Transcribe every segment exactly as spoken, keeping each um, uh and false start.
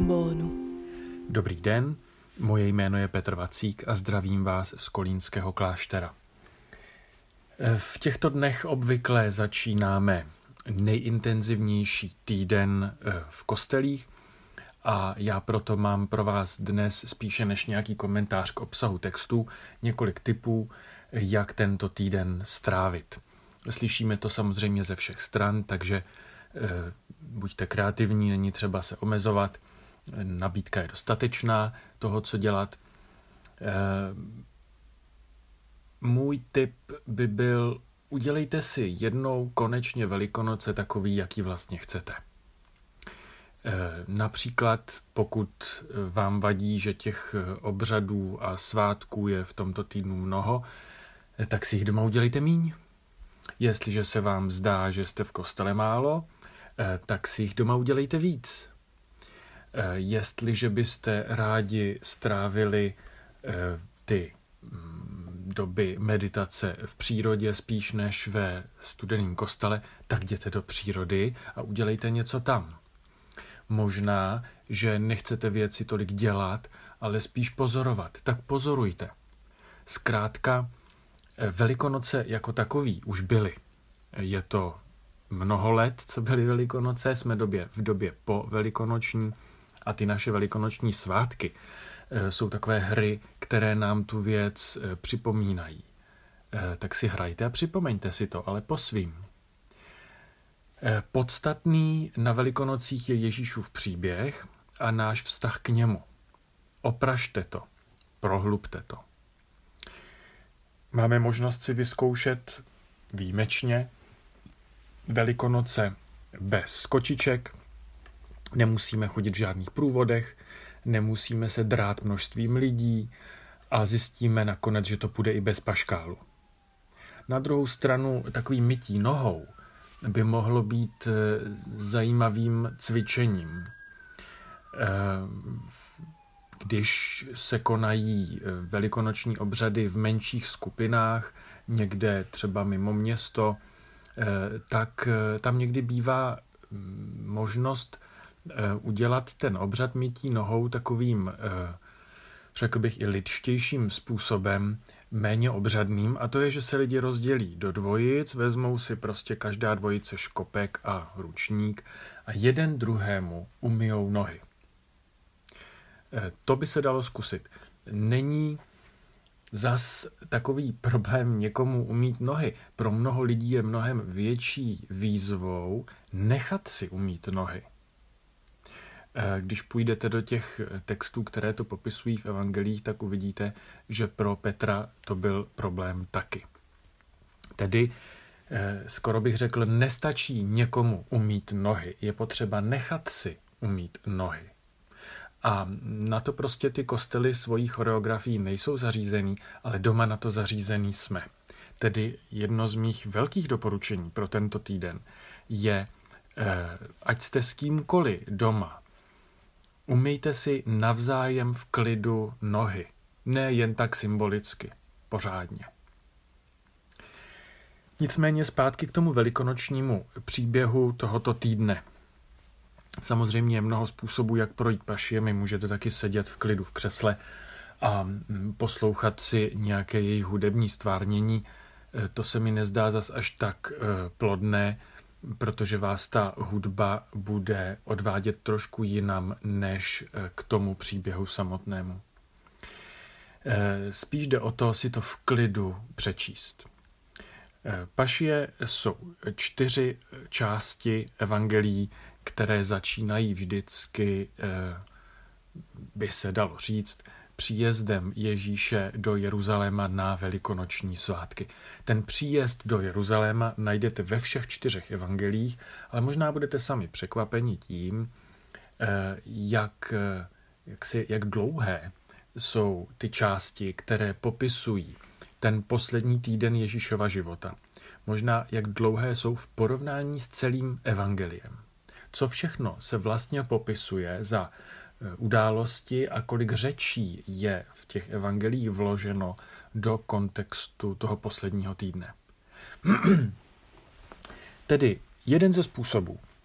ambonu. Dobrý den, moje jméno je Petr Vacík a zdravím vás z Kolínského kláštera. V těchto dnech obvykle začínáme nejintenzivnější týden v kostelích a já proto mám pro vás dnes spíše než nějaký komentář k obsahu textu několik tipů, jak tento týden strávit. Slyšíme to samozřejmě ze všech stran, takže eh, buďte kreativní, není třeba se omezovat, nabídka je dostatečná toho, co dělat. Eh, můj tip by byl, udělejte si jednou konečně Velikonoce takový, jaký vlastně chcete. Eh, například, pokud vám vadí, že těch obřadů a svátků je v tomto týdnu mnoho, eh, tak si jich doma udělejte míň. Jestliže se vám zdá, že jste v kostele málo, tak si jich doma udělejte víc. Jestliže byste rádi strávili ty doby meditace v přírodě spíš než ve studeném kostele, tak jděte do přírody a udělejte něco tam. Možná, že nechcete věci tolik dělat, ale spíš pozorovat, tak pozorujte. Zkrátka, Velikonoce jako takový už byly. Je to mnoho let, co byly Velikonoce, jsme době, v době po velikonoční a ty naše velikonoční svátky jsou takové hry, které nám tu věc připomínají. Tak si hrajte a připomeňte si to, ale po svým. Podstatný na Velikonocích je Ježíšův příběh a náš vztah k němu. Opražte to, prohlubte to. Máme možnost si vyzkoušet výjimečně Velikonoce bez kočiček, nemusíme chodit v žádných průvodech, nemusíme se drát množstvím lidí a zjistíme nakonec, že to půjde i bez paškálu. Na druhou stranu takový mytí nohou by mohlo být zajímavým cvičením. Když se konají velikonoční obřady v menších skupinách, někde třeba mimo město, tak tam někdy bývá možnost udělat ten obřad mytí nohou takovým, řekl bych, i lidštějším způsobem, méně obřadným, a to je, že se lidi rozdělí do dvojic, vezmou si prostě každá dvojice škopek a ručník a jeden druhému umyjou nohy. To by se dalo zkusit. Není zas takový problém někomu umýt nohy. Pro mnoho lidí je mnohem větší výzvou nechat si umýt nohy. Když půjdete do těch textů, které to popisují v evangelích, tak uvidíte, že pro Petra to byl problém taky. Tedy skoro bych řekl, nestačí někomu umýt nohy. Je potřeba nechat si umýt nohy. A na to prostě ty kostely svojí choreografií nejsou zařízený, ale doma na to zařízený jsme. Tedy jedno z mých velkých doporučení pro tento týden je, ať jste s kýmkoliv doma, umyjte si navzájem v klidu nohy. Ne jen tak symbolicky, pořádně. Nicméně zpátky k tomu velikonočnímu příběhu tohoto týdne. Samozřejmě je mnoho způsobů, jak projít pašiemi. Můžete taky sedět v klidu v křesle a poslouchat si nějaké jejich hudební stvárnění. To se mi nezdá zas až tak plodné, protože vás ta hudba bude odvádět trošku jinam, než k tomu příběhu samotnému. Spíš jde o to si to v klidu přečíst. Pašie jsou čtyři části evangelií, které začínají vždycky, by se dalo říct, příjezdem Ježíše do Jeruzaléma na velikonoční svátky. Ten příjezd do Jeruzaléma najdete ve všech čtyřech evangelích, ale možná budete sami překvapeni tím, jak, jak, si, jak dlouhé jsou ty části, které popisují ten poslední týden Ježíšova života. Možná jak dlouhé jsou v porovnání s celým evangeliem. Co všechno se vlastně popisuje za události a kolik řečí je v těch evangelích vloženo do kontextu toho posledního týdne. Tedy jeden ze způsobů,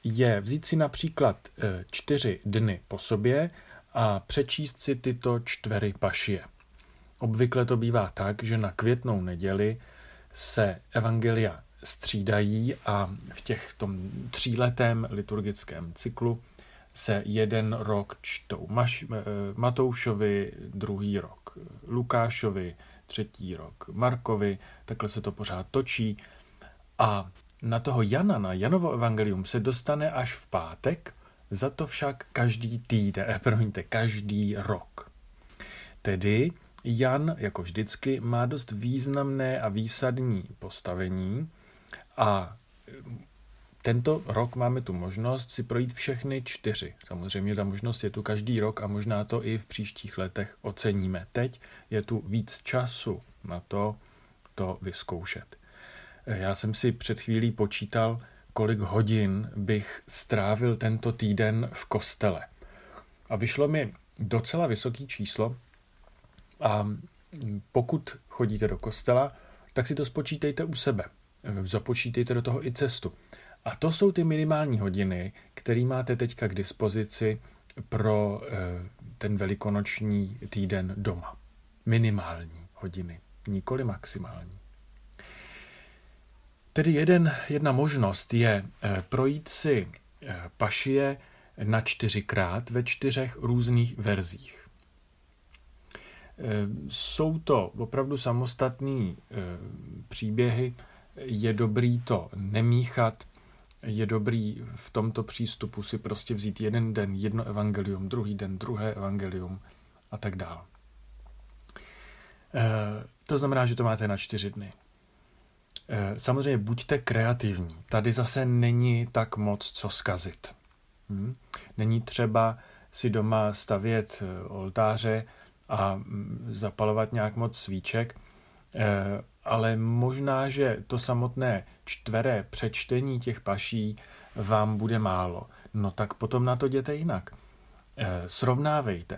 je vzít si například čtyři dny po sobě a přečíst si tyto čtvery pašie. Obvykle to bývá tak, že na Květnou neděli se evangelia střídají a v těch tom tříletém liturgickém cyklu se jeden rok čtou Maš, Matoušovi, druhý rok Lukášovi, třetí rok Markovi, takhle se to pořád točí a na toho Jana, na Janovo evangelium se dostane až v pátek, za to však každý týden, eh, promiňte, každý rok. Tedy Jan, jako vždycky, má dost významné a výsadní postavení a tento rok máme tu možnost si projít všechny čtyři. Samozřejmě ta možnost je tu každý rok a možná to i v příštích letech oceníme. Teď je tu víc času na to, to vyzkoušet. Já jsem si před chvílí počítal, kolik hodin bych strávil tento týden v kostele. A vyšlo mi docela vysoký číslo a pokud chodíte do kostela, tak si to spočítejte u sebe. Započítejte do toho i cestu. A to jsou ty minimální hodiny, které máte teďka k dispozici pro ten velikonoční týden doma. Minimální hodiny, nikoli maximální. Tedy jeden, jedna možnost je projít si pašie na čtyřikrát ve čtyřech různých verzích. Jsou to opravdu samostatné příběhy, je dobrý to nemíchat, je dobrý v tomto přístupu si prostě vzít jeden den jedno evangelium, druhý den druhé evangelium a tak dále. To znamená, že to máte na čtyři dny. Samozřejmě buďte kreativní. Tady zase není tak moc co zkazit. Hm? Není třeba si doma stavět oltáře a zapalovat nějak moc svíček, ale možná, že to samotné čtveré přečtení těch paší vám bude málo. No tak potom na to jděte jinak. Srovnávejte.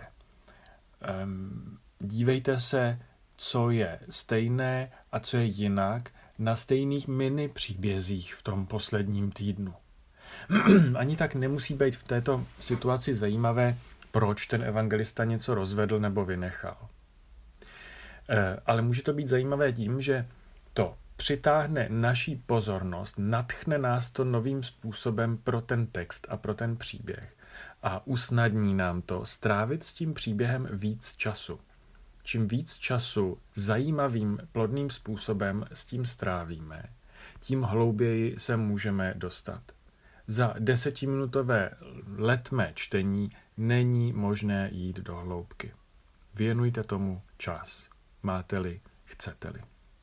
Dívejte se, co je stejné a co je jinak na stejných mini příbězích v tom posledním týdnu. Ani tak nemusí být v této situaci zajímavé, proč ten evangelista něco rozvedl nebo vynechal. Ale může to být zajímavé tím, že to přitáhne naší pozornost, nadchne nás to novým způsobem pro ten text a pro ten příběh a usnadní nám to strávit s tím příběhem víc času. Čím víc času zajímavým, plodným způsobem s tím strávíme, tím hlouběji se můžeme dostat. Za desetiminutové letmé čtení není možné jít do hloubky. Věnujte tomu čas, máte-li, chcete-li.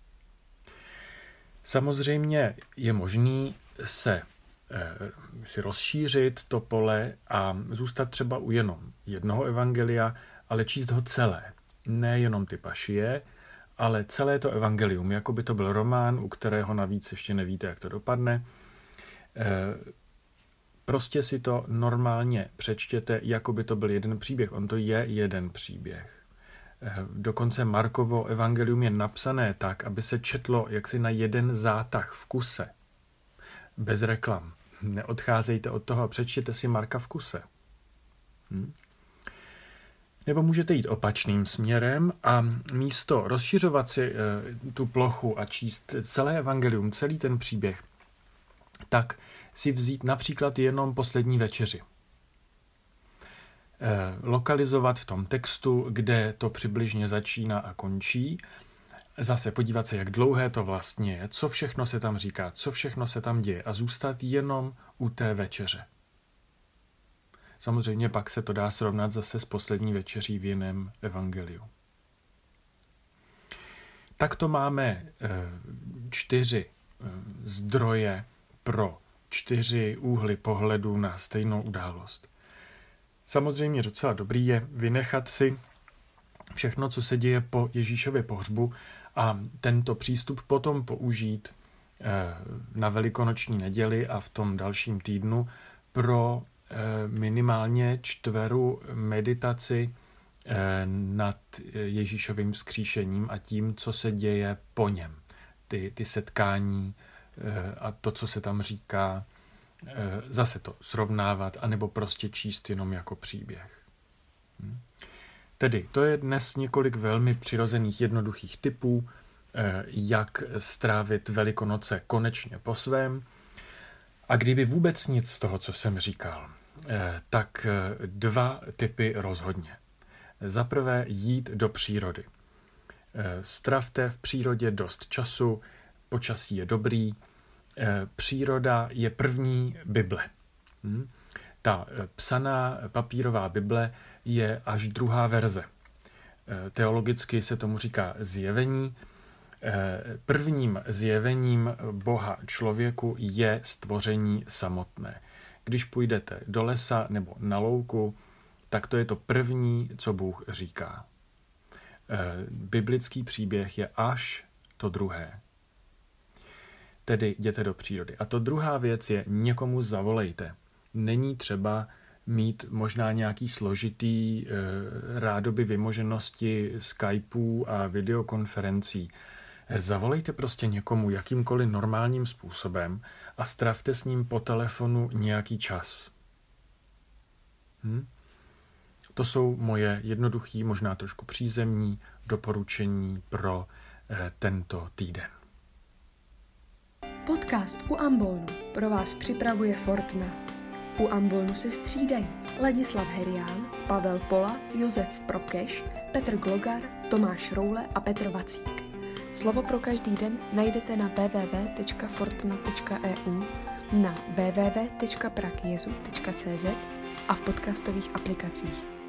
Samozřejmě je možný se eh, si rozšířit to pole a zůstat třeba u jenom jednoho evangelia, ale číst ho celé. Nejenom ty pašie, ale celé to evangelium, jako by to byl román, u kterého navíc ještě nevíte, jak to dopadne. Eh, prostě si to normálně přečtěte, jako by to byl jeden příběh. On to je jeden příběh. Dokonce Markovo evangelium je napsané tak, aby se četlo jaksi na jeden zátah v kuse. Bez reklam. Neodcházejte od toho a přečtěte si Marka v kuse. Hm? Nebo můžete jít opačným směrem a místo rozšiřovat si e, tu plochu a číst celé evangelium, celý ten příběh, tak si vzít například jenom poslední večeři. Lokalizovat v tom textu, kde to přibližně začíná a končí. Zase podívat se, jak dlouhé to vlastně je, co všechno se tam říká, co všechno se tam děje a zůstat jenom u té večeře. Samozřejmě pak se to dá srovnat zase s poslední večeří v jiném evangeliu. Takto máme čtyři zdroje pro čtyři úhly pohledu na stejnou událost. Samozřejmě docela dobrý je vynechat si všechno, co se děje po Ježíšově pohřbu a tento přístup potom použít na velikonoční neděli a v tom dalším týdnu pro minimálně čtveru meditaci nad Ježíšovým vzkříšením a tím, co se děje po něm. Ty, ty setkání a to, co se tam říká, zase to srovnávat, anebo prostě číst jenom jako příběh. Hm? Tedy to je dnes několik velmi přirozených jednoduchých tipů, jak strávit Velikonoce konečně po svém. A kdyby vůbec nic z toho, co jsem říkal, tak dva tipy rozhodně. Za prvé jít do přírody. Stravte v přírodě dost času, počasí je dobrý, příroda je první Bible. Ta psaná papírová Bible je až druhá verze. Teologicky se tomu říká zjevení. Prvním zjevením Boha člověku je stvoření samotné. Když půjdete do lesa nebo na louku, tak to je to první, co Bůh říká. Biblický příběh je až to druhé. Tedy jděte do přírody. A to druhá věc je, někomu zavolejte. Není třeba mít možná nějaký složitý rádoby vymoženosti Skypeů a videokonferencí. Zavolejte prostě někomu jakýmkoliv normálním způsobem a stravte s ním po telefonu nějaký čas. Hm? To jsou moje jednoduchý, možná trošku přízemní doporučení pro eh, tento týden. Podcast U ambonu pro vás připravuje Fortna. U ambonu se střídají Ladislav Herián, Pavel Pola, Josef Prokeš, Petr Glogar, Tomáš Roule a Petr Vacík. Slovo pro každý den najdete na w w w tečka fortna tečka e u, na w w w tečka pragjezu tečka c z a v podcastových aplikacích.